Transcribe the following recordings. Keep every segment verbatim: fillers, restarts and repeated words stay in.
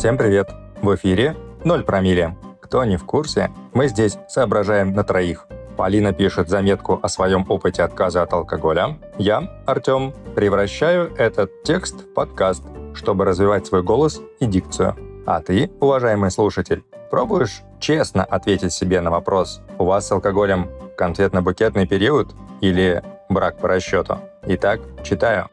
Всем привет! В эфире «Ноль промилле». Кто не в курсе, мы здесь соображаем на троих. Полина пишет заметку о своем опыте отказа от алкоголя. Я, Артем, превращаю этот текст в подкаст, чтобы развивать свой голос и дикцию. А ты, уважаемый слушатель, пробуешь честно ответить себе на вопрос: у вас с алкоголем конфетно-букетный период или брак по расчету? Итак, читаю.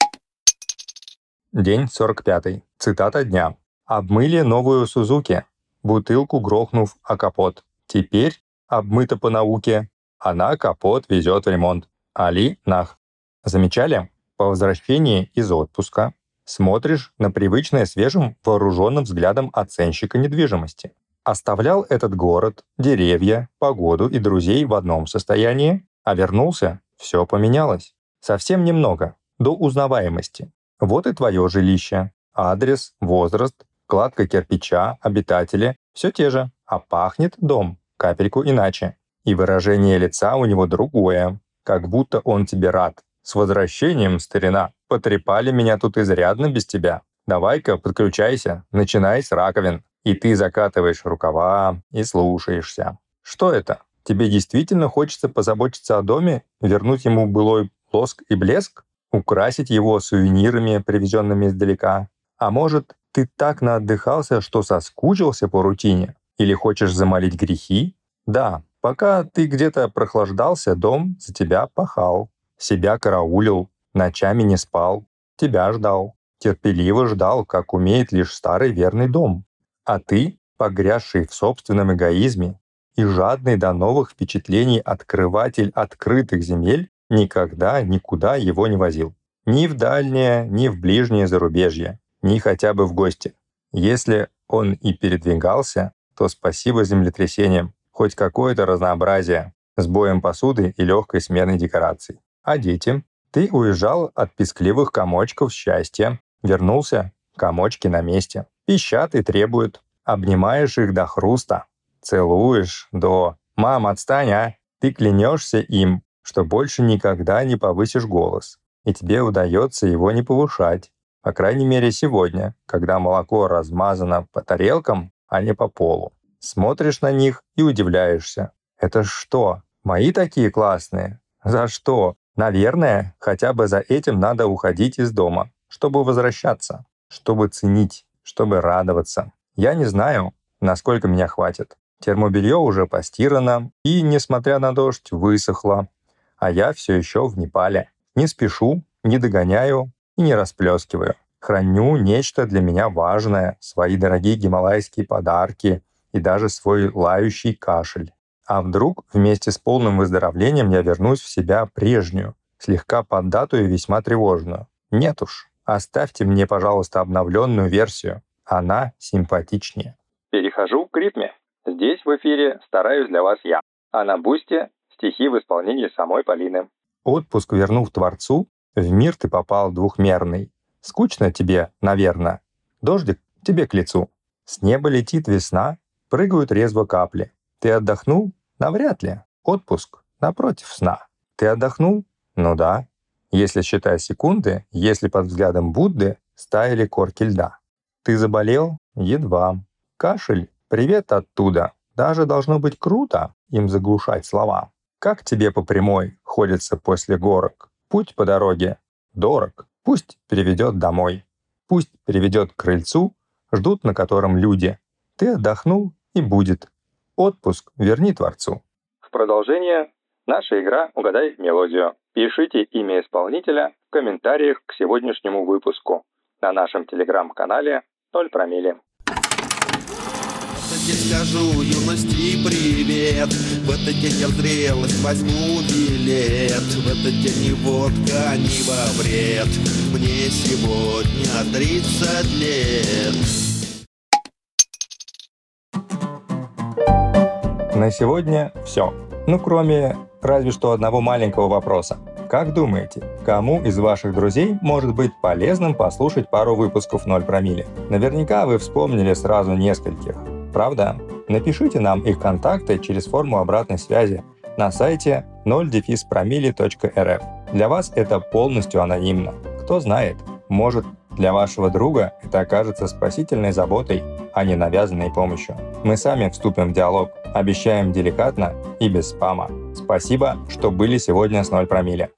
День сорок пятый. Цитата дня. «Обмыли новую Сузуки, бутылку грохнув о капот. Теперь обмыта по науке, она капот везет в ремонт. Али нах». Замечали? По возвращении из отпуска смотришь на привычное свежим вооруженным взглядом оценщика недвижимости. Оставлял этот город, деревья, погоду и друзей в одном состоянии, а вернулся — все поменялось. Совсем немного, до узнаваемости. Вот и твое жилище. Адрес, возраст, кладка кирпича, обитатели — все те же, а пахнет дом капельку иначе. И выражение лица у него другое, как будто он тебе рад. «С возвращением, старина! Потрепали меня тут изрядно без тебя. Давай-ка подключайся, начинай с раковин». И ты закатываешь рукава и слушаешься. Что это? Тебе действительно хочется позаботиться о доме, вернуть ему былой лоск и блеск, украсить его сувенирами, привезенными издалека? А может, ты так наотдыхался, что соскучился по рутине? Или хочешь замолить грехи? Да, пока ты где-то прохлаждался, дом за тебя пахал, себя караулил, ночами не спал, тебя ждал, терпеливо ждал, как умеет лишь старый верный дом. А ты, погрязший в собственном эгоизме и жадный до новых впечатлений открыватель открытых земель, никогда никуда его не возил. Ни в дальнее, ни в ближнее зарубежье, ни хотя бы в гости. Если он и передвигался, то спасибо землетрясениям, хоть какое-то разнообразие, с боем посуды и легкой сменой декораций. А дети? Ты уезжал от пискливых комочков счастья, вернулся, комочки на месте. Пищат и требуют. Обнимаешь их до хруста, целуешь до «мам, отстань, а!». Ты клянешься им, что больше никогда не повысишь голос, и тебе удается его не повышать. По крайней мере сегодня, когда молоко размазано по тарелкам, а не по полу. Смотришь на них и удивляешься. Это что, мои такие классные? За что? Наверное, хотя бы за этим надо уходить из дома, чтобы возвращаться, чтобы ценить, чтобы радоваться. Я не знаю, насколько меня хватит. Термобелье уже постирано и, несмотря на дождь, высохло. А я все еще в Непале. Не спешу, не догоняю и не расплескиваю. Храню нечто для меня важное, свои дорогие гималайские подарки и даже свой лающий кашель. А вдруг вместе с полным выздоровлением я вернусь в себя прежнюю, слегка поддатую и весьма тревожную? Нет уж, оставьте мне, пожалуйста, обновленную версию. Она симпатичнее. Перехожу к ритме. Здесь в эфире стараюсь для вас я. А на Бусте стихи в исполнении самой Полины. Отпуск вернув Творцу, в мир ты попал двухмерный. Скучно тебе, наверное. Дождик тебе к лицу. С неба летит весна, прыгают резво капли. Ты отдохнул? Навряд ли. Отпуск напротив сна. Ты отдохнул? Ну да. Если считая секунды, если под взглядом Будды стаяли корки льда. Ты заболел? Едва. Кашель? Привет оттуда. Даже должно быть круто им заглушать слова. Как тебе по прямой ходится после горок? Путь по дороге дорог. Пусть переведет домой. Пусть переведет к крыльцу, ждут на котором люди. Ты отдохнул и будет. Отпуск верни Творцу. В продолжение наша игра «Угадай мелодию». Пишите имя исполнителя в комментариях к сегодняшнему выпуску на нашем телеграм-канале «Ноль промилле». Я скажу юности привет. В этот день я в зрелость возьму билет. В этот день ни водка, ни во вред. Мне сегодня тридцать лет. На сегодня все. Ну, кроме разве что одного маленького вопроса. Как думаете, кому из ваших друзей может быть полезным послушать пару выпусков «Ноль промилле»? Наверняка вы вспомнили сразу нескольких. Правда? Напишите нам их контакты через форму обратной связи на сайте ноль промилле точка эр эф. Для вас это полностью анонимно. Кто знает, может, Для вашего друга это окажется спасительной заботой, а не навязанной помощью. Мы сами вступим в диалог, обещаем деликатно и без спама. Спасибо, что были сегодня с ноль промилле.